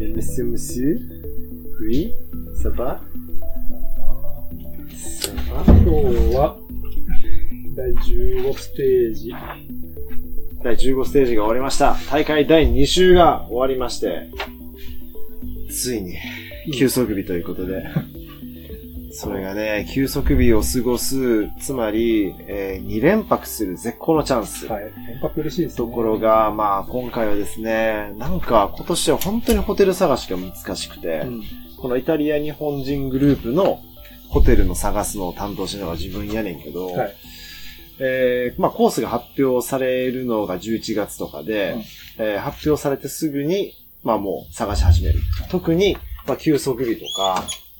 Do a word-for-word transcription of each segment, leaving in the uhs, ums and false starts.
Monsieur, monsieur? Oui? Ça va? Ça va?今日は、だいじゅうごステージ。 だいじゅうごステージが終わりました。大会だいに週が終わりまして、ついに、休息日ということで、うん、それがね、休息日を過ごす、つまり、えー、に連泊する絶好のチャンス。 はい。連泊嬉しいですね。 ところが、まあ今回はですね、なんか今年は本当にホテル探しが難しくて、うん、このイタリア日本人グループのホテルの探すのを担当してるのが自分やねんけど、はい、えー、まあコースが発表されるのがじゅういちがつとかで、うんえー、発表されてすぐに、まあもう探し始める。特に、まあ休息日とか、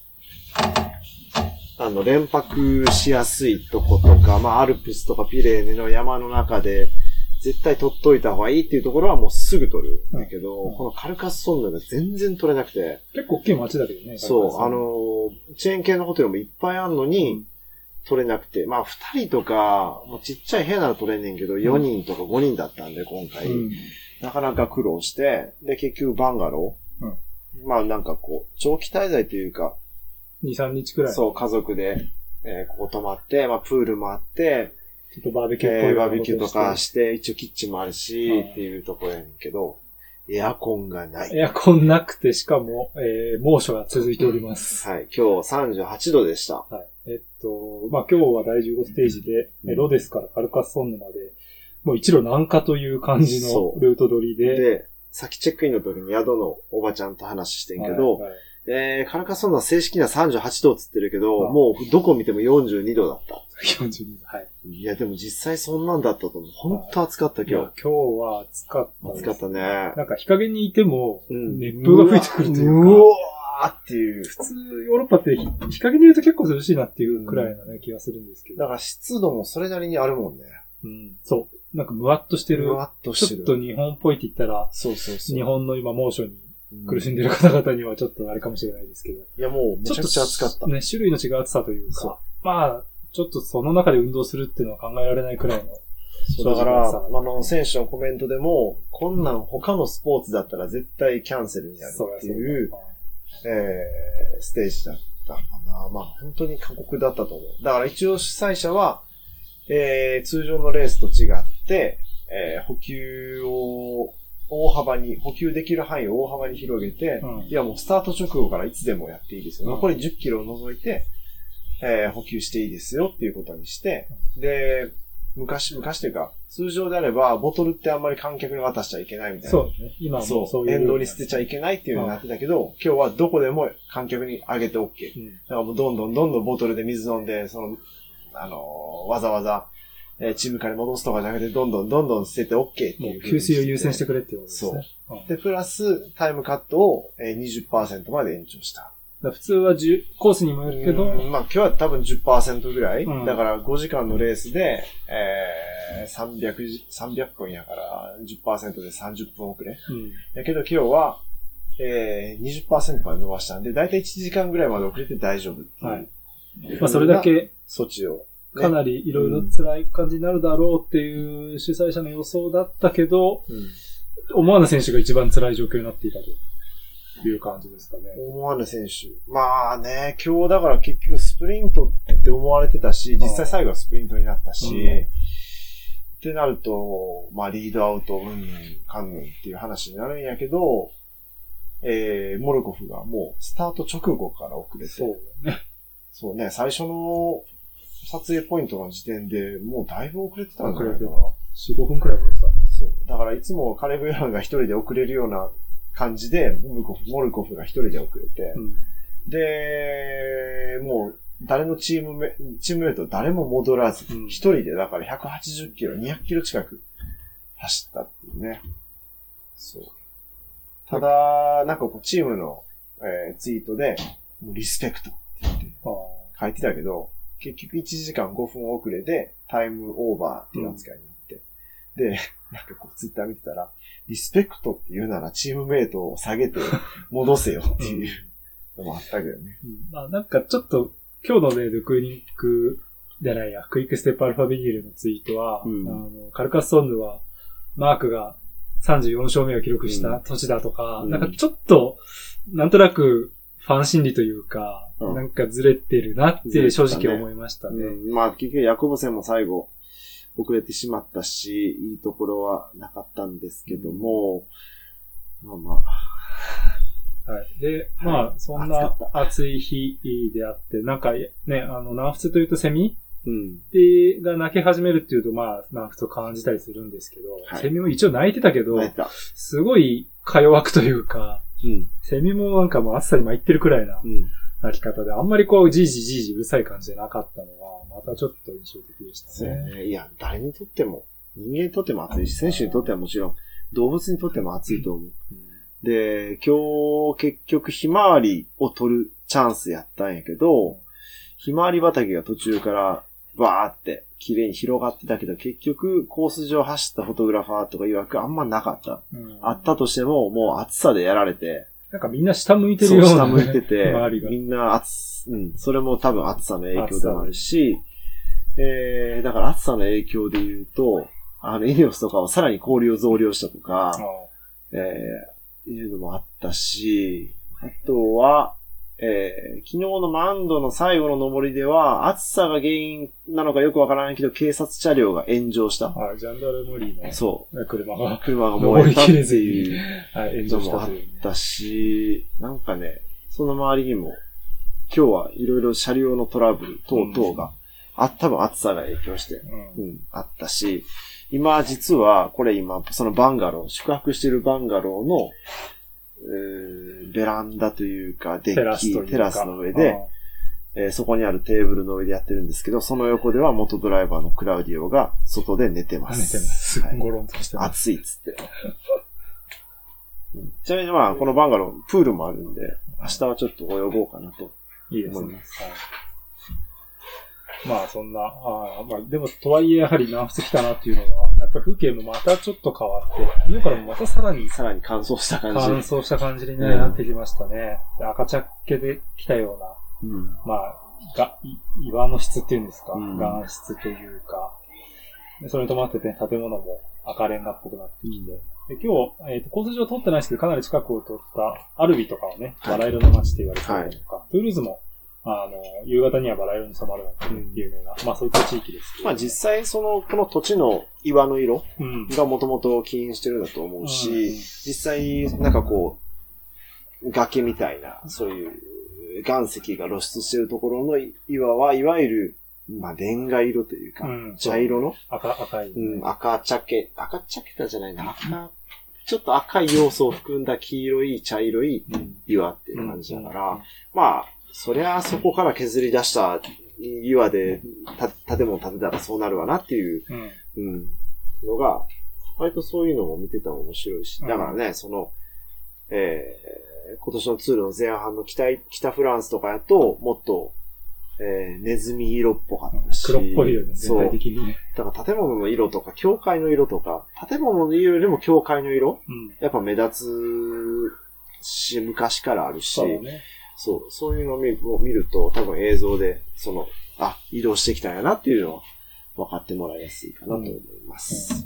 あの、連泊しやすいとことか、まあアルプスとかピレーネの山の中で、絶対取っといた方がいいっていうところはもうすぐ取るんだけど、うんうん、このカルカッソンヌが全然取れなくて。 結構大きい街だけどね。 そう、あの、チェーン系のホテルもいっぱいあるのに、うん、取れなくて、まあ二人とか、もうちっちゃい部屋なら取れんねんけど、よにんとかごにんだったんで今回、うん、なかなか苦労して、で結局バンガロー、うん、まあなんかこう、長期滞在というか、 に、さんにちくらい。 そう、家族で、えー、ここ泊まって、まあプールもあって、 ちょっとバーベキューっぽい、 えー、バーベキューとかして、一応キッチンもあるし、うん、っていうところやねんけど、エアコンがない。 エアコンなくて、しかも、えー、猛暑が続いております。 はい、今日さんじゅうはちどでした。 はい。えっと、まあ今日はだいじゅうごステージで、うん、ロデスからカルカッソンヌまで、もう一路南下という感じのルート取りで。 で、さっきチェックインの時に宿のおばちゃんと話してんけど、はいはいえー、カルカッソンヌは正式にはさんじゅうはちどっつってるけど、うん、もうどこ見てもよんじゅうにどだった。 よんじゅうにど、はい。 いやでも実際そんなんだったと思う。ほんと暑かった今日。いや今日は暑かったです。 暑かったね。 なんか日陰にいても、熱風が吹いてくるというか。 うわーっていう。 普通ヨーロッパって日陰にいると結構涼しいなっていうくらいのね、うん、気がするんですけど。 だから湿度もそれなりにあるもんね。 うん。そう。なんかムワッとしてる。 ムワッとしてる。 ちょっと日本っぽいって言ったら、 そうそうそう。 日本の今猛暑に苦しんでる方々にはちょっとあれかもしれないですけど。 いやもうめちゃくちゃ暑かった。 ね、種類の違う暑さというか。まあ、ちょっとその中で運動するっていうのは考えられないくらいの。 そうだから、あの、選手のコメントでも、こんなん他のスポーツだったら絶対キャンセルになるっていう、えー、ステージだったかな。まあ本当に過酷だったと思う。だから一応主催者は、えー、通常のレースと違って、えー、補給を、大幅に、補給できる範囲を大幅に広げて、うん、いやもうスタート直後からいつでもやっていいですよ。うん、残りじゅっキロを除いて、えー、補給していいですよっていうことにして、で、昔、昔というか、通常であれば、ボトルってあんまり観客に渡しちゃいけないみたいな。 そうね。今はもうそういう。 沿道に捨てちゃいけないっていうのになってたけど、うん、今日はどこでも観客にあげて OK。うん、だからもうどんどんどんどんボトルで水飲んで、その、あのー、わざわざ、えー、チームから戻すとかじゃなくて、どんどんどんどん捨てて OK っていう。 給水を優先してくれっていうことですね。 そう。うん、で、プラス、タイムカットを にじゅっパーセント まで延長した。 だ普通はじゅうコースにもよるけど、 まあ今日は多分 じゅっパーセント ぐらい、うん、だからごじかんのレースで、えー、さんびゃく、さんびゃっぷんやから じゅっパーセント でさんじゅっぷん遅れ。うん、だけど今日は、えー、にじゅっパーセント まで伸ばしたんで、だいたいいちじかんぐらいまで遅れて大丈夫っていう。はい。 まあそれだけ、 措置を、 ね。かなりいろいろ辛い感じになるだろうっていう主催者の予想だったけど、うん、思わぬ選手が一番辛い状況になっていたと。いう感じですかね。 思わぬ選手。まあね、今日だから結局スプリントって思われてたし、実際最後はスプリントになったし、うん、ってなると、まあリードアウト、うん、かんぬんっていう話になるんやけど、えー、モルコフがもうスタート直後から遅れて。 そうね。 そうね、最初の撮影ポイントの時点でもうだいぶ遅れてたんじゃないかな。 遅れてた。よん、ごふんくらい遅れてた。 そう。だからいつもカレブ・ヤンが一人で遅れるような感じで、モルコフ、モルコフが一人で遅れて、うん、で、もう、誰のチームメ、チームメイト誰も戻らず、一、うん、人でだからひゃくはちじゅっキロ、にひゃくキロ近く走ったっていうね。そう。ただ、なんかこう、チームの、えー、ツイートで、もうリスペクトって言って書いてたけど、結局いちじかんごふん遅れでタイムオーバーっていう扱いになって、うん、で、なんかこうツイッター見てたら、リスペクトって言うならチームメイトを下げて戻せよっていうのもあったけどね。 うん、まあなんかちょっと今日のね、ルクイニックじゃないや、クイックステップアルファビニールのツイートは、うん、あのカルカッソンヌはマークがさんじゅうよん勝目を記録した年だとか、うん、なんかちょっと、なんとなく、ファン心理というか、うん、なんかずれてるなって正直思いましたね。 うん、まあ結局ヤコブセンも最後遅れてしまったし、いいところはなかったんですけども、まあまあ。はい。で、まあ、はい、そんな暑い日であって、なんかね、あの、南仏というとセミうん。で、が泣き始めるっていうと、まあ、南仏を感じたりするんですけど、はい、セミも一応泣いてたけど、すごいか弱くというか、うん、セミもなんかもう暑さに参ってるくらいな泣き方で、あんまりこう、じいじじいじうるさい感じじゃなかったのは、またちょっと印象的でしたね。 そうね。いや、誰にとっても、人間にとっても暑いし、選手にとってはもちろん、動物にとっても暑いと思う。うん、で、今日結局ひまわりを取るチャンスやったんやけど、ひまわり畑が途中からバーって綺麗に広がってたけど、結局コース上走ったフォトグラファーとか曰くあんまなかった。うん、あったとしてももう暑さでやられて。 なんかみんな下向いてるような、ね。 そう、下向いてて、みんな暑、うん、それも多分暑さの影響でもあるし、えー、だから暑さの影響で言うと、あの、イネオスとかはさらに氷を増量したとか、えー、いうのもあったし、あとは、えー、昨日のマンドの最後の登りでは、暑さが原因なのかよくわからないけど、警察車両が炎上した。 はい、ジャンダルムリーの。 そう。 車が。 車が燃えたっていう。はい、炎上したのもあったし、なんかね、その周りにも、今日はいろいろ車両のトラブル等々が、うん、あ、多分暑さが影響して、うん、うん、あったし、今実は、これ今、そのバンガロー、宿泊しているバンガローの、えー、ベランダというか、デッキ、テラスの上で、えー、そこにあるテーブルの上でやってるんですけど、その横では元ドライバーのクラウディオが外で寝てます。 寝てます。はい、ゴロンとしてます。暑いっつって。ちなみにまあ、このバンガロー、プールもあるんで、明日はちょっと泳ごうかなと思います。いいですね。はいまあそんな、あまあでもとはいえやはり南仏来たなっていうのは、やっぱり風景もまたちょっと変わって、昨日からもまたさらに、 さらに乾燥した感じ。 乾燥した感じに、ねうん、なってきましたね。赤茶っ気で来たような、うん、まあ、が、岩の質っていうんですか、うん、岩質というか、それに伴ってね、建物も赤レンガっぽくなってきて、で今日、えっ、ー、と、コース上撮ってないですけど、かなり近くを撮ったアルビとかをね、バラ色の街って言われてるとか、はい、トゥールーズも、あの、夕方にはバラ色に染まるなんて有名な、うん、まあそういった地域ですけど。 まあ実際その、この土地の岩の色がもともと起因してるんだと思うし、うん、実際なんかこう、崖みたいな、そういう岩石が露出してるところの岩は、いわゆる、まあレンガ色というか、うん、茶色の赤、赤い、 うん、赤茶け、赤茶けたじゃないな、赤、ちょっと赤い要素を含んだ黄色い、茶色い岩っていう感じだから、うん、まあ、そりゃそこから削り出した岩でた建物建てたらそうなるわなっていう、うんうん、のが、割とそういうのも見てたら面白いし、だからね、うん、その、えー、今年のツールの前半の北、北フランスとかやと、もっと、えー、ネズミ色っぽかったし、 黒っぽいよね、全体的にね。 だから建物の色とか、教会の色とか、建物の色よりも教会の色、うん、やっぱ目立つし、昔からあるし、そうね。そう、そういうのを見る、見ると、多分映像で、その、あ、移動してきたんやなっていうのは分かってもらいやすいかなと思います。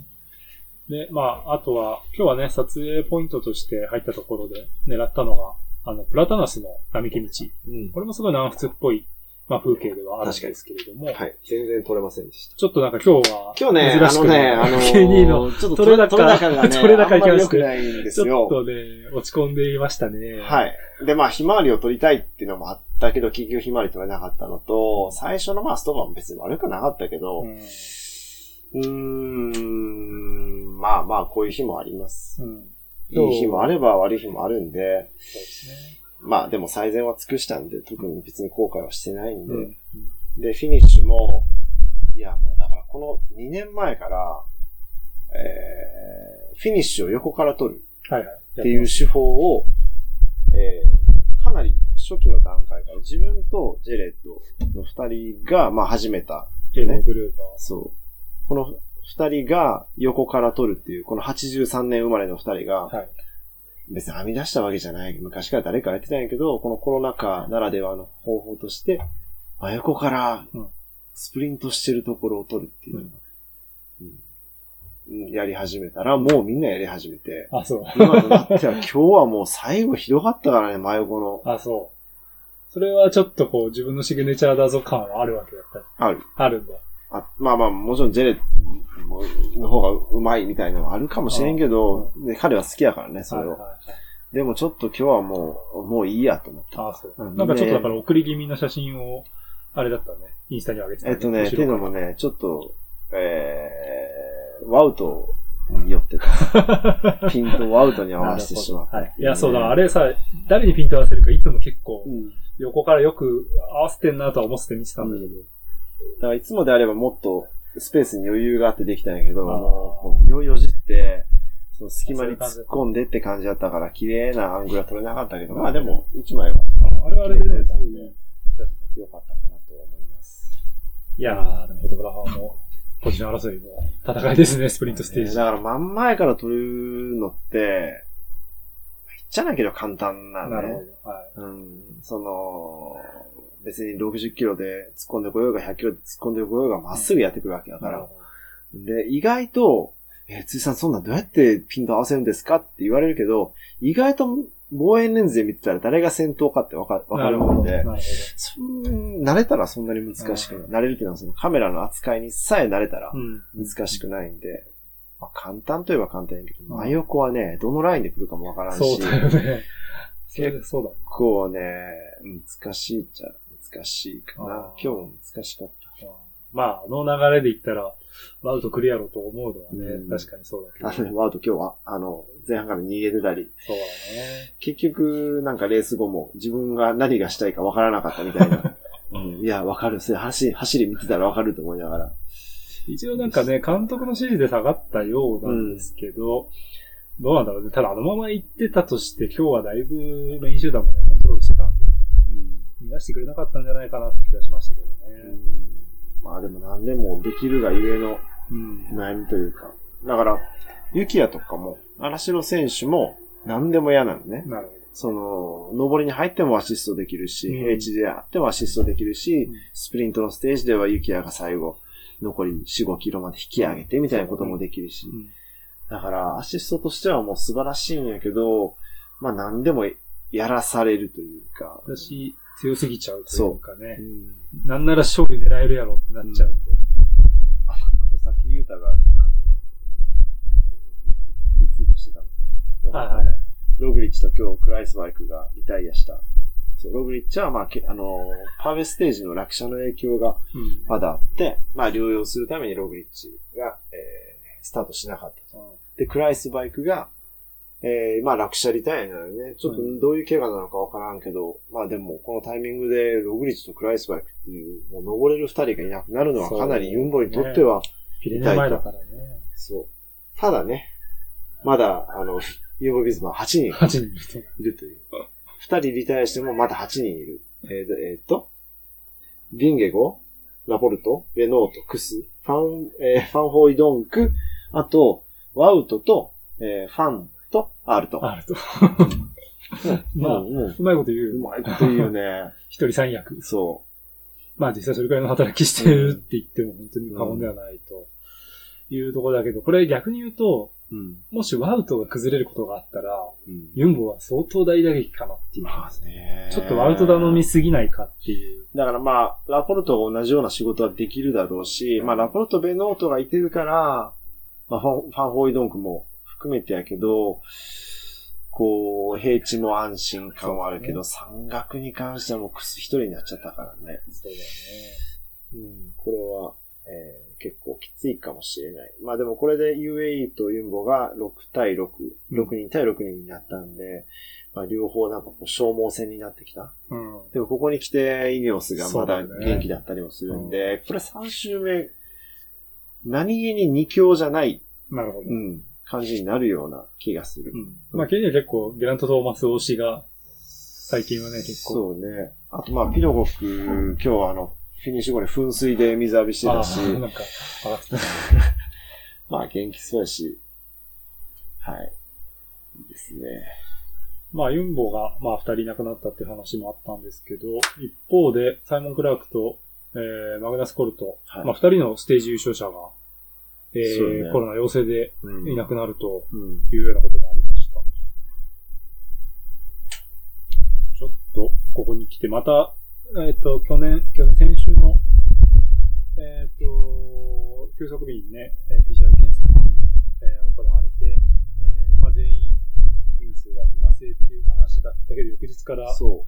うんうん、で、まあ、あとは、今日はね、撮影ポイントとして入ったところで狙ったのが、あの、プラタナスの並木道。うん、これもすごい南仏っぽい、まあ、風景ではあるんですけれども。 はい。全然撮れませんでした。 ちょっとなんか今日は、 今日ね、あのね、あのー、 ケーディー の、ちょっと撮れ高がね、撮れ高いきまして、 ないんですよ。 ちょっとね、落ち込んでいましたね。 はい。で、まあ、ひまわりを撮りたいっていうのもあったけど、結局ひまわり撮れなかったのと、最初のまあ、ストーバーも別に悪くなかったけど、うん、うーん、まあまあ、こういう日もあります。うん、いい日もあれば悪い日もあるんで、そうですね。まあでも最善は尽くしたんで、特に別に後悔はしてないんで、うんうん、で、フィニッシュも、いやもうだからこのにねんまえから、えー、フィニッシュを横から撮るっていう手法を、えー、かなり初期の段階から自分とジェレットの二人が、まあ始めた、 ね。のグループは。 そう。この二人が横から撮るっていう、このはちじゅうさんねん生まれの二人が、はい、別に編み出したわけじゃない。昔から誰かやってたんやけど、このコロナ禍ならではの方法として、真横からスプリントしてるところを撮るっていうのが、うんうん、 やり始めたら、もうみんなやり始めて。 あ、そう。 今となっては今日はもう最後ひどかったからね、真横の。 あ、そう。それはちょっとこう自分のシグネチャーだぞ感はあるわけだったり。 ある。 あるんだ。 あまあまあ、もちろんジェレの方がうまいみたいなのはあるかもしれんけど、で彼は好きやからね、それを。はいはいはい、でもちょっと今日はもう、もういいやと思った。 あ、そう。うん、なんかちょっとだから送り気味の写真を、あれだったね。インスタに上げてた、 ね。えっとね、っていうのもね、ちょっと、えー、ワウトに寄ってた。ピントワウトに合わせてしまった、 はい。いや、そうだ、あれさ、誰にピント合わせるかいつも結構、横からよく合わせてんなとは思ってて見てたんだけど。うん、 だからいつもであればもっとスペースに余裕があってできたんやけど、もう身をよじって、その隙間に突っ込んでって感じだったから、綺麗なアングルは撮れなかったけど、まあでも、一枚は。 あれはあれでね、すごいね。 よかったかなと思います。 いやー、でもフォトグラファーも、ポジション争いの戦いですね、スプリントステージ。 だから真ん前から撮るのって、言っちゃなければ簡単なんで、ね。なるほど。はい。うん。その、別にろくじゅっキロで突っ込んでこようがひゃっキロで突っ込んでこようがまっすぐやってくるわけだから。うん、で、意外と、えー、辻さんそんなどうやってピント合わせるんですかって言われるけど、意外と望遠レンズで見てたら誰が先頭かってわか、わかるもんで、そん慣れたらそんなに難しくない。慣れるっていうのはそのカメラの扱いにさえ慣れたら難しくないんで、うんまあ、簡単といえば簡単やけど、真横はね、どのラインで来るかもわからんし、 そうだよね。 結構ね、難しいっちゃ難しいかな。今日も難しかった。 まあ、あの流れで言ったら、ワウト来るやろうと思うのはね、うん、確かにそうだけど。 あのね、ワウト今日は、あの、前半から逃げてたり。 そうだね。 結局、なんかレース後も自分が何がしたいかわからなかったみたいな。うん、いや、わかる。それ走り、走り見てたらわかると思いながら。 一応なんかね、監督の指示で下がったようなんですけど、うん、どうなんだろうね。ただあのまま行ってたとして、今日はだいぶメイン集団もね、コントロールしてたんで、うん、逃がしてくれなかったんじゃないかなって気がしましたけどね。うんまあでも何でもできるがゆえの悩みというか。うん、だから、雪谷とかも、荒城選手も何でも嫌なんね。 なるほど。 その、上りに入ってもアシストできるし、うん、平地であってもアシストできるし、うん、スプリントのステージでは雪谷が最後、残りよん、ごキロまで引き上げてみたいなこともできるし。うん、だからアシストとしてはもう素晴らしいんやけど、まあ何でもやらされるというか。 私、強すぎちゃうというかね。うん、なんなら勝利狙えるやろってなっちゃうと。うん、 あ, あとさっきゆうたが、あの、リツイートしてたの。よかったね。はいはい、ログリッチと今日クライスバイクがリタイアした。そう、ログリッチはまあ、あの、パーベステージの落車の影響がまだあって、うん、まあ、療養するためにログリッチが、えー、スタートしなかったと。うん、で、クライスバイクが、えー、まあ落車リタイアなのね。ちょっとどういう怪我なのかわからんけど、うん、まあでもこのタイミングでログリッチとクライスバイクっていう、もう登れる二人がいなくなるのはかなりユンボにとっては痛いと。ピレネ前だからね。 そう。ただね、まだあの、ユンボビズマははちにんはちにんいるという。二人リタイアしてもまだはちにんいる。えー、えー、っと、ビンゲゴ、ラポルト、ベノート、クス、ファン、えー、ファンホイドンク、あと、ワウトと、えー、ファン、と、アールと。 アールと。まあ、うんうん、うまいこと言う。 うまいこと言うよね。 一人三役。 そう。 まあ実際それくらいの働きしてるって言っても本当に過言ではないというところだけど、これ逆に言うと、うん、もしワウトが崩れることがあったら、うん、ユンボは相当大打撃かなっていう。まあね。ちょっとワウト頼みすぎないかっていう。 だからまあ、ラポルトが同じような仕事はできるだろうし、うん、まあラポルトベノートがいてるから、まあファン、ファンホイドンクも、含めてやけど、こう、平地も安心感はあるけど、ね、山岳に関してはもうクス一人になっちゃったからね。 そうだね。 うん、これは、えー、結構きついかもしれない。まあでもこれで ユーエーイー とユンボがろく対ろく、ろくにん対ろくにんになったんで、まあ両方なんかこう消耗戦になってきた。うん、でもここに来てイネオスがまだ元気だったりもするんで、ねうん、これさん周目、何気にに強じゃない。 なるほど。 うん。感じになるような気がする。 うん。まあ、ケニーは結構、ゲラント・トーマス推しが、最近はね、結構。 そうね。あと、まあ、ピノゴフ、今日はあの、フィニッシュ後に噴水で水浴びしてたし。 あなんか、上がってた。 まあ、元気そうやし。はい。いいですね。 まあ、ユンボが、まあ、二人いなくなったっていう話もあったんですけど、一方で、サイモン・クラークと、えー、マグナス・コルト、はい、まあ、二人のステージ優勝者が、 えーね、コロナ陽性でいなくなるというようなこともありました。うんうん、ちょっと、ここに来て、また、えっ、ー、と、去年、去年、先週の、えっ、ー、と、休息日にね、ピーシーアール 検査が、えー、行われて、えー、まあ全員、陰性だ、陰性っていう話だったけど、翌日から。 そう。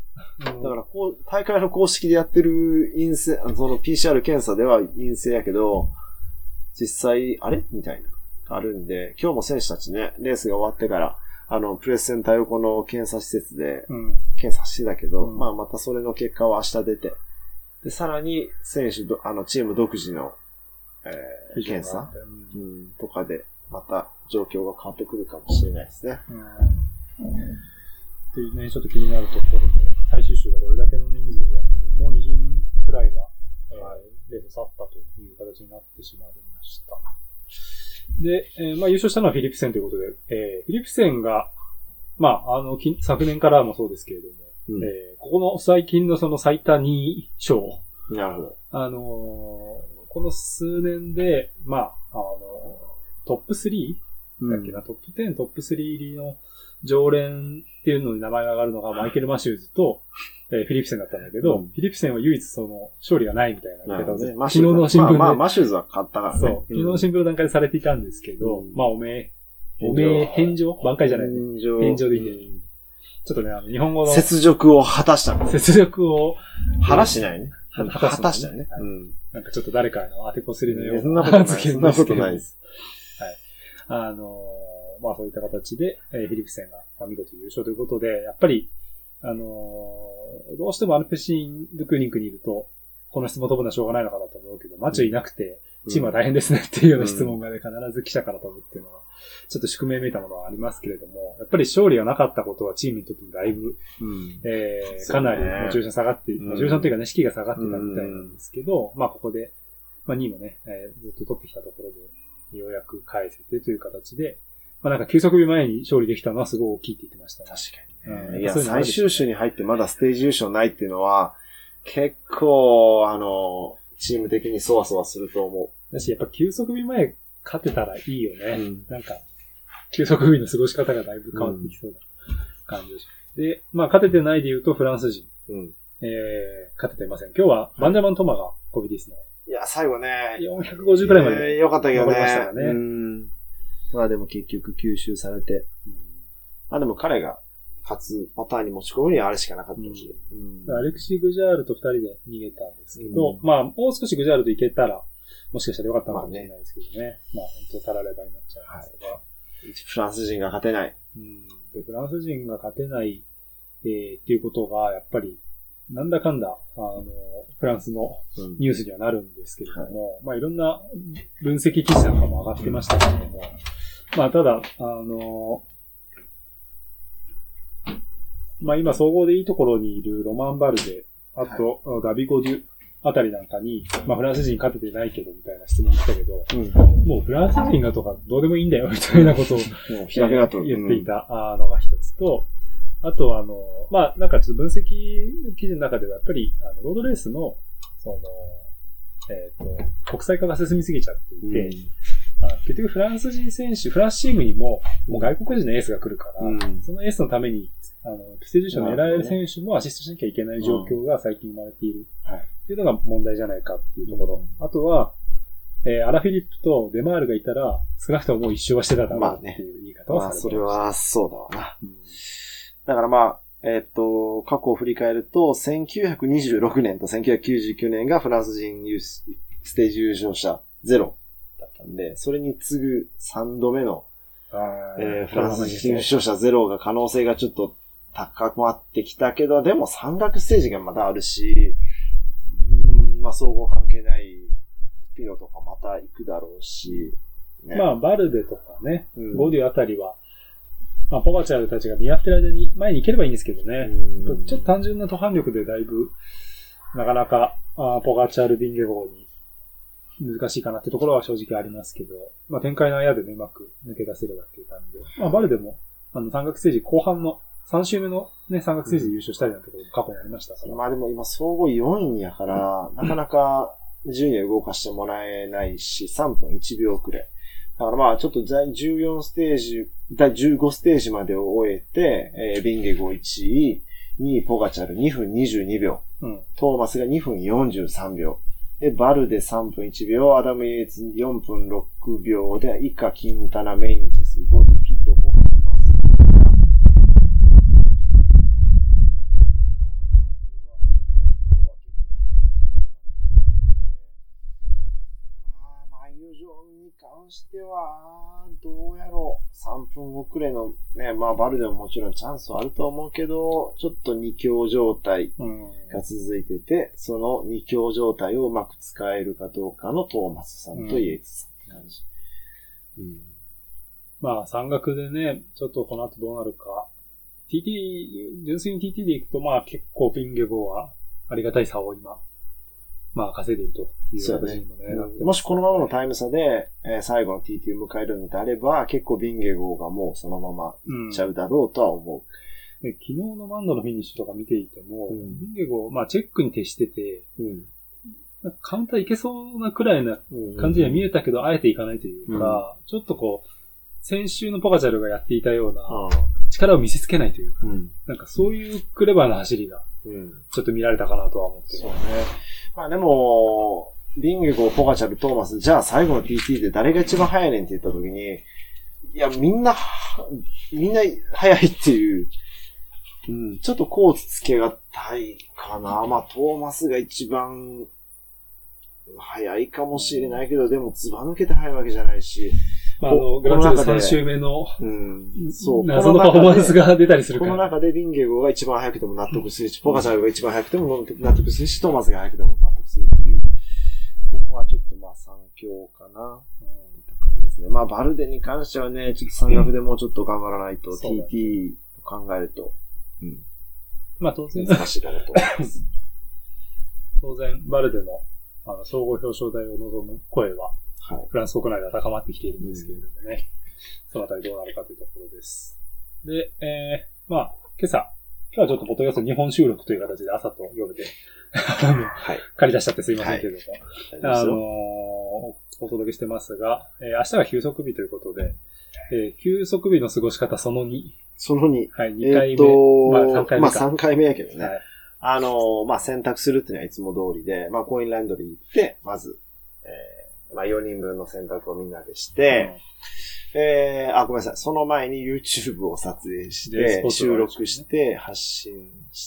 だからこう、大会の公式でやってる陰性、その ピーシーアール 検査では陰性やけど、実際、あれみたいな、あるんで、今日も選手たちね、レースが終わってから、あの、プレスセンター横の検査施設で、検査してたけど、うん、まあまたそれの結果は明日出て、で、さらに、選手ど、あの、チーム独自の、えー、検査、うん、とかで、また状況が変わってくるかもしれないですね。うん。 っていうね、ちょっと気になるところで、最終週がどれだけの人数でやってる、もうにじゅうにんくらいは、えー、レース去ったという形になってしまいました。で、えー、まあ優勝したのはフィリップセンということで、えー、フィリップセンが、まあ、あの、昨年からもそうですけれども、うん、えー、ここの最近のその最多に勝。 なるほど。 あのー、この数年で、まあ、あのー、トップスリーだっけな、うん、トップテン、トップスリー入りの常連っていうのに名前が上がるのがマイケル・マシューズと、えー、フィリップセンだったんだけど、うん、フィリップセンは唯一その勝利がないみたいな言い方を、ね、昨日の新聞で、 まあ、まあ、マシューズは勝ったからね。 そう。昨日の新聞の段階でされていたんですけど、うん、まあ、おめえ、おめえ、返上挽回じゃないね。返上。返上でいいね。うん、ちょっとね、あの、日本語の。 雪辱を果たした。 雪辱を。 晴らしないね。 果たしたよね。 はい、うん。なんかちょっと誰かの当てこすりのような。 そんなことない。そんなことないです。 はい。あのー、まあそういった形で、えー、フィリップセンが、まあ、見事優勝ということで、やっぱり、あのー、どうしてもアルペシーン・ドゥクーニンクにいると、この質問飛ぶのはしょうがないのかなと思うけど、マチュいなくて、チームは大変ですねっていうような質問がね、必ず記者から飛ぶっていうのは、ちょっと宿命めいたものはありますけれども、やっぱり勝利がなかったことはチームにとってもだいぶ、うん、えー、かなりモチベーション下がって、モチベーションというかね、士気が下がってたみたいなんですけど、うん、まあここで、まあにいもね、えー、ずっと取ってきたところで、ようやく返せてという形で、まあなんか休息日前に勝利できたのはすごい大きいって言ってましたね。 確かに、ね。うん、いや、最終週に入ってまだステージ優勝ないっていうのは、結構、あの、チーム的にそわそわすると思う。 だし、やっぱ休息日前勝てたらいいよね。うん、なんか、休息日の過ごし方がだいぶ変わってきそうな感じです。うん、で、まあ勝ててないで言うとフランス人。うん、えー、勝てていません。今日はバンジャマン・トマがコビディスの。 いや、最後ね。 よんひゃくごじゅうくらいまで。 えー、よかったけどね。 残りましたよね。 うん。まあでも結局吸収されて。うん、まあでも彼が勝つパターンに持ち込むにはあれしかなかったし、 うんうん。アレクシー・グジャールと二人で逃げたんですけど、うん、まあもう少しグジャールといけたら、もしかしたらよかったのかもしれないですけどね。まあ、ね、まあ本当たらればになっちゃうんですが、はい。 フランス人が勝てない。 うん、でフランス人が勝てない、えー、っていうことが、やっぱり、なんだかんだ、あの、フランスのニュースにはなるんですけれども、うんはい、まあいろんな分析記事なんかも上がってましたけれども、うん、まあただ、あの、まあ今総合でいいところにいるロマン・バルデ、あと、はい、ダビゴデュあたりなんかに、まあフランス人勝ててないけどみたいな質問来たけど、うん、もうフランス人がとかどうでもいいんだよみたいなことを、もう開けなと言っていたのが一つと、あとはあの、まあなんかちょっと分析記事の中ではやっぱり、あの、ロードレースの、その、えっ、ー、と、国際化が進みすぎちゃっていて、うん、結局フランス人選手、フランスチームにも、もう外国人のエースが来るから、うん、そのエースのために、あの、プステージ賞を狙える選手もアシストしなきゃいけない状況が最近生まれている。はい。っていうのが問題じゃないかっていうところ。うん、あとは、えー、アラフィリップとデマールがいたら、少なくとももう一周はしてただろうっていう言い方をされてました。まあ、 それはそうだわな。うん、だからまあ、えー、っと、過去を振り返ると、せんきゅうひゃくにじゅうろくねんとせんきゅうひゃくきゅうじゅうきゅうねんがフランス人ステージ優勝者ゼロだったんで、それに次ぐさんどめの、えー、フランス人優勝者ゼロが可能性がちょっと高まってきたけど、でも山岳ステージがまだあるし、うん、まあ総合関係ないピノとかまた行くだろうし、 ね、まあバルデとかね、うん、ゴデュあたりは、まあポガチャルたちが見合ってる間に前に行ければいいんですけどね、うん、ちょっと単純な途半力でだいぶなかなかあポガチャルビンゲ号に難しいかなってところは正直ありますけど、まあ展開のあやでねうまく抜け出せればっていう感じで、まあバルデもあの山岳ステージ後半のさん週目のね、山岳ステージで優勝したりなんてことも過去にありましたから。 まあでも今総合よんいやから、なかなか順位を動かしてもらえないし、さんぷんいちびょう遅れ。 だからまあちょっとじゅうよんステージ、だいじゅうごステージまでを終えて、えー、ビンゲゴいちい、にいポガチャルにふんにじゅうにびょう、うん、トーマスがにふんよんじゅうさんびょう、で、バルデさんぷんいちびょう、アダム・イエーツよんぷんろくびょうで、以下、キンタナ、メインテス、ゴル、ピット、ホーマス。に関しては、どうやろう。さんぷん遅れのね、まあバルデももちろんチャンスはあると思うけど、ちょっと二強状態が続いてて、うん、その二強状態をうまく使えるかどうかのトーマスさんとイエーツさんって感じ。 うんうん、まあ山岳でね、ちょっとこの後どうなるか。ティーティー、純粋に ティーティー で行くと、まあ結構ビンゲゴはありがたい差を今、まあ稼いでいるという形にもね、なってます。 もしこのままのタイム差で、えー、最後の ティーティー を迎えるのであれば、結構ビンゲゴーがもうそのままいっちゃうだろうとは思う。で昨日のマンドのフィニッシュとか見ていても、うん、ビンゲゴー、まあチェックに徹してて、うん、なんかカウンターいけそうなくらいな感じには見えたけど、うん、あえていかないというか、うん、ちょっとこう、先週のポガチャルがやっていたような、力を見せつけないというか、うん、なんかそういうクレバーな走りが、ちょっと見られたかなとは思ってる。 そうね。まあでも、ビンゲゴー、ポガチャル、トーマス、じゃあ最後の ティーティー で誰が一番速いねんって言った時に、いや、みんな、みんな速いっていう、うん、ちょっとコーツつけがたいかな。まあトーマスが一番速いかもしれないけど、でもズバ抜けて速いわけじゃないし、 まあ、あの、グランツールさん周目の、 うん、そう。 謎のパフォーマンスが出たりするから。 この中でビンゲゴーが一番速くても納得するし、うん、ポガチャルが一番速くても納得するし、トーマスが速くても納得するっていう。ここはちょっとまあ三強かな。うん。って感じですね。まあバルデに関してはね、ちょっと山岳でもうちょっと頑張らないと、うん、ティーティー と考えると、うん。 まあ当然。 難しいかなと思います。 当然、バルデの、あの、総合表彰台を望む声は、はい、フランス国内では高まってきているんですけれどもね、うん、そのあたりどうなるかというところです。で、えー、まあ、今朝、今日はちょっとポッドキャスト日本収録という形で朝と夜で、はい、借り出しちゃってすいませんけれども、はい、あのー、お届けしてますが、えー、明日が休息日ということで、えー、休息日の過ごし方そのに。 そのに。 はい、にかいめ。 えー、とまあさんかいめか。 まあさんかいめやけどね。はい、あのー、まあ洗濯するっていうのはいつも通りで、まあコインランドリー行って、まず、えーまあよにんぶんの洗濯をみんなでして、うん、えー、あ、ごめんなさい。その前に YouTube を撮影して、収録して、発信して、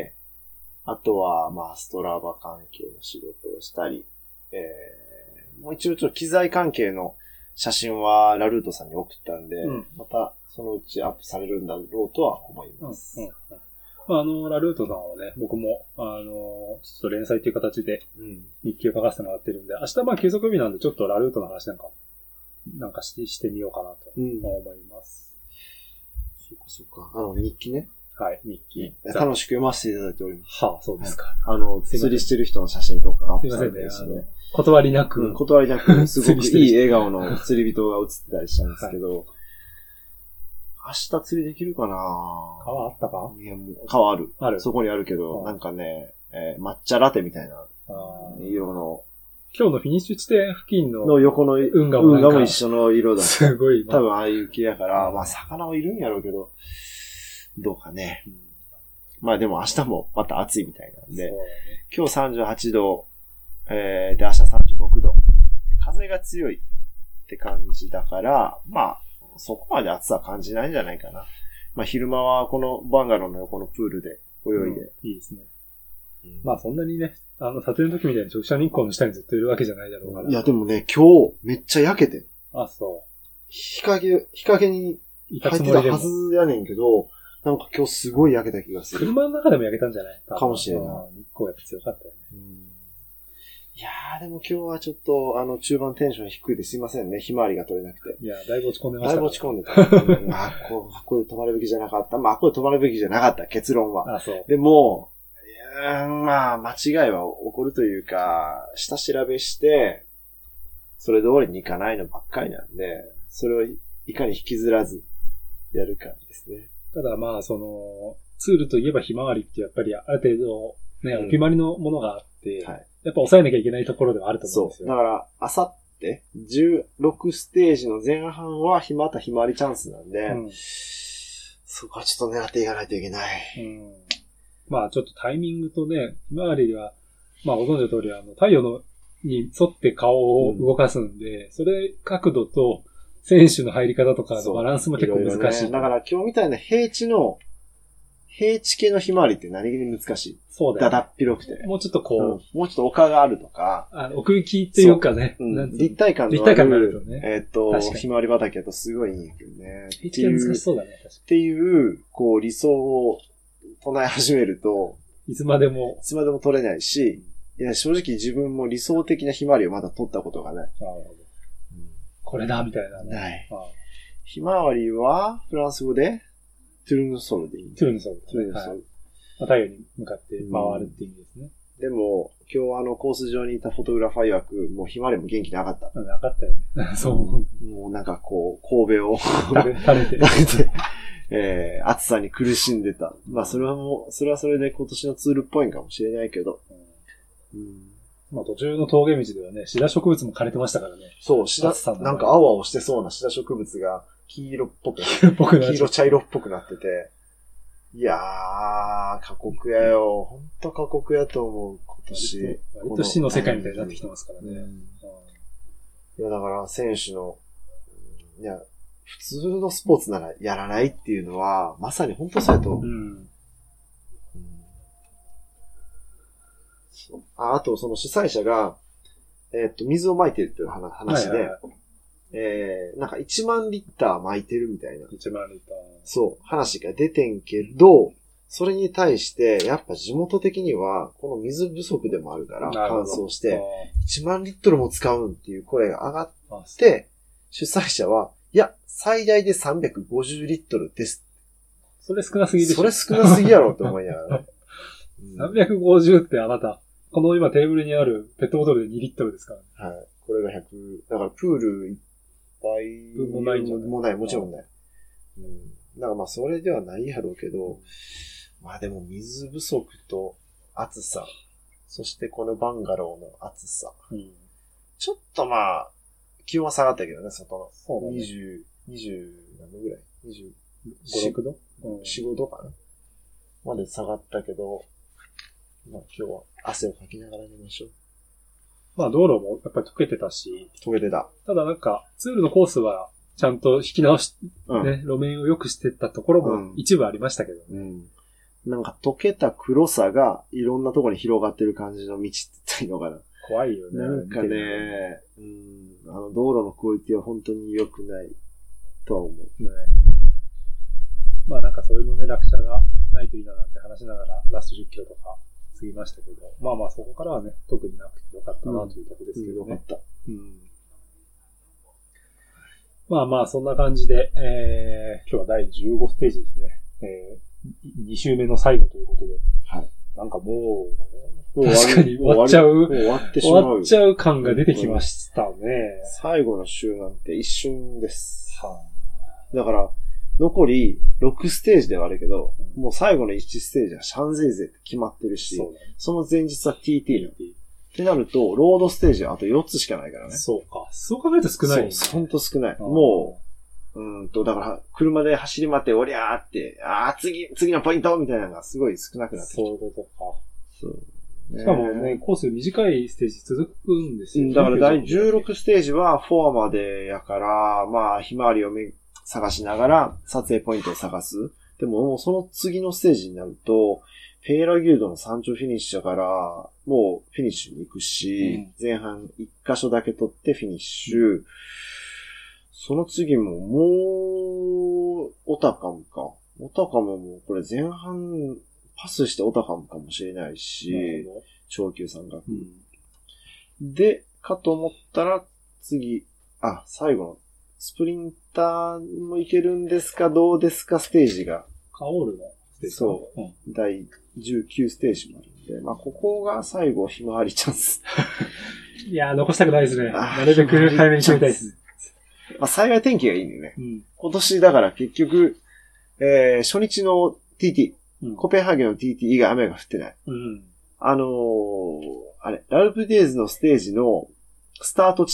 あとは、まあ、ストラバ関係の仕事をしたり、えー、もう一応ちょっと機材関係の写真はラルートさんに送ったんで、うん、またそのうちアップされるんだろうとは思います。うんうんうんまあ、あの、ラルートさんはね、僕も、あの、ちょっと連載っていう形で、日記を書かせてもらってるんで、うん、明日まあ休息日なんで、ちょっとラルートの話なんか、なんかして、してみようかなと思います。 うん、そうかそうか。あの、日記ね。 はい、日記。 楽しく読ませていただいております。 はあ、そうですか。 あの、釣りしてる人の写真とかアップされてるしね。 断りなく、 うん。断りなく、すごくいい笑顔の釣り人が写ってたりしたんですけど、はい明日釣りできるかな川あったかいや、もう、川ある。ある。そこにあるけど、なんかね、えー、抹茶ラテみたいな色の。 今日のフィニッシュ地点付近の。 の横の運河も運河も一緒の色だ。 すごい。 多分ああいう木やから、まあ魚はいるんやろうけど、どうかね。うん、まあでも明日もまた暑いみたいなんで、ね、今日さんじゅうはちど、えー、で明日さんじゅうろくど、うん、風が強いって感じだから、まあ、そこまで暑さ感じないんじゃないかな。まあ昼間はこのバンガローの横のプールで泳いで。 うん、いいですね。うん、まあそんなにね、あの撮影の時みたいに直射日光の下にずっといるわけじゃないだろうから。 いやでもね、今日めっちゃ焼けてる。 あ、そう。 日陰、日陰に入ってたはずやねんけど、なんか今日すごい焼けた気がする。 車の中でも焼けたんじゃないかもしれない。 日光やっぱ強かったよね。 うんいやー、でも今日はちょっと、あの、中盤テンション低いですいませんね。ひまわりが取れなくて。 いや、だいぶ落ち込んでました、ね。 だいぶ落ち込んでた。まあ、ここ、ここで止まるべきじゃなかった。まあ、ここで止まるべきじゃなかった。結論は。 あ、そう。 でも、いやまあ、間違いは起こるというか、下調べして、それ通りにいかないのばっかりなんで、それをいかに引きずらず、やるかですね。 ただまあ、その、ツールといえばひまわりってやっぱりある程度、ね、お決まりのものがあって、うんはいやっぱ抑えなきゃいけないところではあると思うんですよ。 そう。だから、あさっ 、じゅうろくステージの前半はひまたひまわりチャンスなんで、うん、そこはちょっと狙っていかないといけない。 うん、まあちょっとタイミングとね、ひまわりは、まあご存知の通り、あの、太陽のに沿って顔を動かすんで、うん、それ角度と選手の入り方とかのバランスも結構難しい。いろいろね、 だから今日みたいな平地の、平地系のひまわりって何気に難しい。 そうだよ、ね。 だだっ広くて。 もうちょっとこう、うん、 もうちょっと丘があるとか。 あ奥行きっていうかね。 うん、立体感のある。 立体感があるとね。 えっ、ー、と、ひまわり畑だとすごいいいんやけどね。 平地系難しそうだね、確かに。 っていう、こう理想を唱え始めると、 いつまでも。 いつまでも取れないし、いや、正直自分も理想的なひまわりをまだ取ったことがない。なるほど。 うん、これだ、みたいなね。 ない。ひまわりは、フランス語で、トゥルヌソルでいい。 トゥルヌソル。 トゥルヌソル。はい、 太陽に向かって回るって意味ですね。 うん、でも、今日あのコース上にいたフォトグラファー曰く、もうひまわりも元気なかった。 なかったよね。そう。 もうなんかこう、神戸を垂れて。垂れて。 えー、暑さに苦しんでた。まあそれはもう、それはそれで今年のツールっぽいんかもしれないけど。 うんうんまあ途中の峠道ではね、シダ植物も枯れてましたからね。 そう、シダ、なんか青々してそうなシダ植物が黄色っぽく、 黄色っぽくなって黄色茶色っぽくなってて。いやー、過酷やよ。ほんと過酷やと思う、今年。 割と死の世界みたいになってきてますからね。うんうん、 いや、だから選手の、いや、普通のスポーツならやらないっていうのは、まさに本当そうやと思う。うんあ, あと、その主催者が、えっ、ー、と、水を撒いてるっていう話で、はいはいはい、えー、なんかいちまんリッター撒いてるみたいな。 いちまんリッター。 そう、話が出てんけど、それに対して、やっぱ地元的には、この水不足でもあるから、乾燥して、いちまんリットルも使うんっていう声が上がって、主催者は、いや、最大でさんびゃくごじゅうリットルです。 それ少なすぎでしょ。 それ少なすぎやろって思いながら、ねうん。さんびゃくごじゅうってあなた、この今テーブルにあるペットボトルでにリットルですから、ね。 はい。これがひゃく、だからプールいっぱい分もないんじゃないもない、もちろんない。うん。だからまあそれではないやろうけど、まあでも水不足と暑さ、そしてこのバンガローの暑さ。うん、ちょっとまあ、気温は下がったけどね、外の。そうだね。にじゅう、にじゅう何度ぐらい ?にじゅうご、ろくど、うん、よん、ごどかなまで下がったけど、まあ今日は汗をかきながら寝ましょう。 まあ道路もやっぱり溶けてたし。 溶けてた。 ただなんか、ツールのコースはちゃんと引き直し、うん、ね、路面を良くしてったところも一部ありましたけどね。うん。 なんか溶けた黒さがいろんなところに広がってる感じの道って言ったらいいのかな。 怖いよね。 なんかね、うん、あの道路のクオリティは本当に良くないとは思う。ね、 まあなんかそれのね、落車がないといいななんて話しながらラストじゅっキロとか過ぎましたけど、まあまあそこからはね、特になくてよかったなというところですけどね。うん、よかった。うん。まあまあそんな感じで、えー、今日はだいじゅうごステージですね。えー、に週目の最後ということで。はい。なんかもう、確かに終わっちゃう。もう終わってしまう。 終わっちゃう感が出てきましたね。 最後の週なんて一瞬です。はあ、だから、残りろくステージではあるけど、うん、もう最後のいちステージはシャンゼーゼって決まってるし、そ, ね、その前日は ティーティー の。ってなると、ロードステージはあとよっつしかないからね。 そうか。そう考えると少ない、ね。 そう、ほんと少ない。もう、うんと、だから、車で走り回って、おりゃーって、あー、次、次のポイントみたいなのがすごい少なくなってきた。 そういうことか。そう。しかもね、コース短いステージ続くんですよね。 だからだいじゅうろくステージはフォアまでやから、まあ、ひまわりをめ探しながら撮影ポイントを探す。でも、もうその次のステージになると、ペーラギルドの山頂フィニッシュだから、もうフィニッシュに行くし、うん、前半一箇所だけ取ってフィニッシュ。うん、その次ももう、オタカムか。オタカムもこれ前半パスしてオタカムかもしれないし、長級山岳、うん。で、かと思ったら次、あ、最後のスプリンターもいけるんですかどうですかステージが。 カオールのステージそう。うん、だいじゅうきゅうステージもあるんで、まあここが最後ひまわりチャンス。 いやー残したくないですね。なるべく早めに決めたいです。 まあ幸い天気がいいんでね。うん、今年だから結局、えー、初日の ティーティー、うん、コペンハーゲンの ティーティー 以外雨が降ってない。うん、あのー、あれ、ラルプデーズのステージのスタート地点。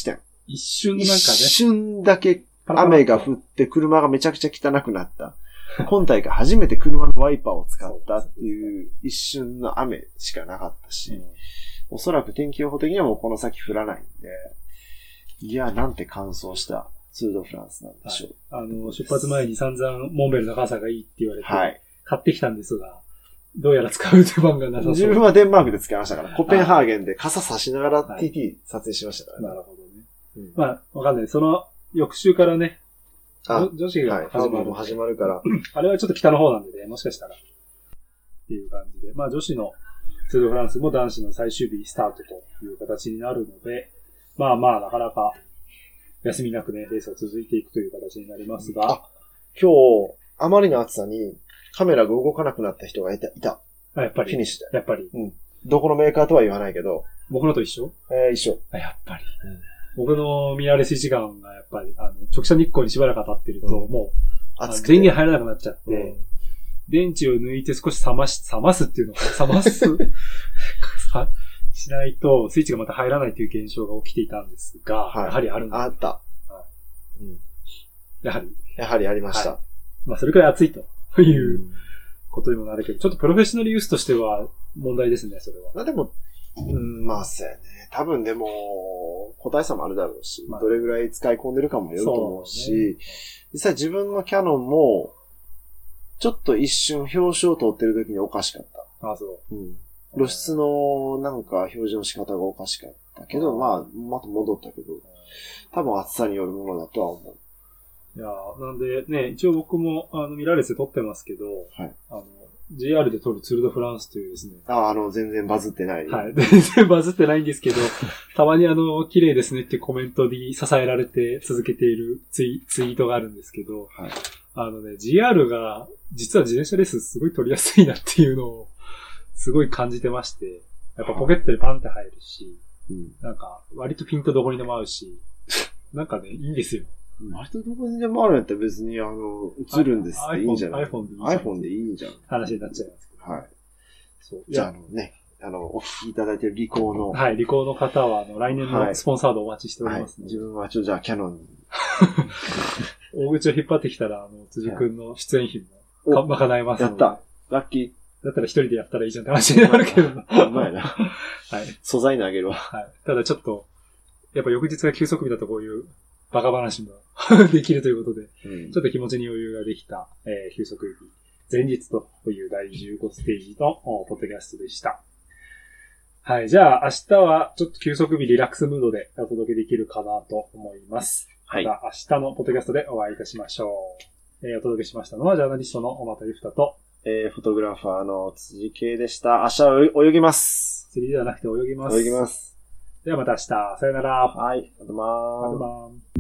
一瞬なんかね。 一瞬だけ雨が降って車がめちゃくちゃ汚くなった。今大会初めて車のワイパーを使ったっていう一瞬の雨しかなかったし、うん、おそらく天気予報的にはもうこの先降らないんで、いや、なんて乾燥したツール・ド・フランスなんでしょう。 はい、あの、出発前に散々モンベルの傘がいいって言われて、 はい、 買ってきたんですが、どうやら使う手番がなさそう。 自分はデンマークで使いましたから、コペンハーゲンで傘差しながら ティーティー 撮影しましたからね。 なるほどね。うん、まあ、わかんない。その翌週からね、女子が始まる、 はい、始まるから。 あれはちょっと北の方なんでね、もしかしたら。っていう感じで。まあ女子のツール・ド・フランスも男子の最終日スタートという形になるので、まあまあなかなか休みなくね、レースが続いていくという形になりますが。あ、 今日、あまりの暑さにカメラが動かなくなった人がいた。いたあ、やっぱり。 フィニッシュで。 やっぱり。 うん。どこのメーカーとは言わないけど。 僕のと一緒えー、一緒。 あ、やっぱり。うん僕のミラーレス一眼がやっぱり、あの、直射日光にしばらく当たってると、うん、もう、熱くて電源入らなくなっちゃって、うん、電池を抜いて少し冷まし、冷ますっていうのかな、冷ますしないと、スイッチがまた入らないという現象が起きていたんですが、はい、やはりあるんです、ね。 あった。はいうん、やはり。 やはりありました。はい、 まあ、それくらい暑いということにもなるけど、ちょっとプロフェッショナルユースとしては問題ですね、それは。 まあでも、うん、まあ、そうやね。多分でも、個体差もあるだろうし、まあ、どれぐらい使い込んでるかもよると思うし、ね、実際自分のキャノンも、ちょっと一瞬表紙を取ってる時におかしかった。 ああ、そう。 うん。露出のなんか表示の仕方がおかしかったけど、まあ、また戻ったけど、多分暑さによるものだとは思う。いやなんでね、一応僕もあのミラーレスで撮ってますけど、はい。あの、ジェイアール で撮るツール・ド・フランスというですね。 ああ、あの、全然バズってない。 はい。全然バズってないんですけど、たまにあの、綺麗ですねっていうコメントに支えられて続けているツイ、ツイートがあるんですけど、はい。あのね、ジーアール が、実は自転車レースすごい撮りやすいなっていうのを、すごい感じてまして、やっぱポケットにパンって入るし、うん、なんか、割とピントどこにでも合うし、なんかね、いいんですよ。 割とどこにでもあるんやったら別にあの、映るんですっていいんじゃない ?iPhone でいい。 iPhone でいいんじゃん。 話になっちゃいますけど。 はい。そう。じゃあ、あのね、あの、お聞きいただいているリコーの。 はい、リコーの方は、あの、来年のスポンサードお待ちしております、ねはいはい、自分はちょっとじゃあキャノンに。 大口を引っ張ってきたら、あの、辻くんの出演費も、まかないますので。 やった。ラッキー。 だったら一人でやったらいいじゃんって話になるけどな。 うまいな。はい。素材にあげるわ。 はい。ただちょっと、やっぱ翌日が休息日だとこういうバカ話もできるということで、うん、ちょっと気持ちに余裕ができた、えー、休息日前日というだいじゅうごステージのポッドキャストでした。はい。じゃあ明日はちょっと休息日リラックスムードでお届けできるかなと思います。はい。また明日のポッドキャストでお会いいたしましょう。えー、お届けしましたのはジャーナリストの小俣ゆふたと、 えー、フォトグラファーの辻圭でした。明日は泳ぎます。 釣りではなくて泳ぎます。 泳ぎます。 ではまた明日。さよなら。 はい。ありがとうございます。 ありがとうございます。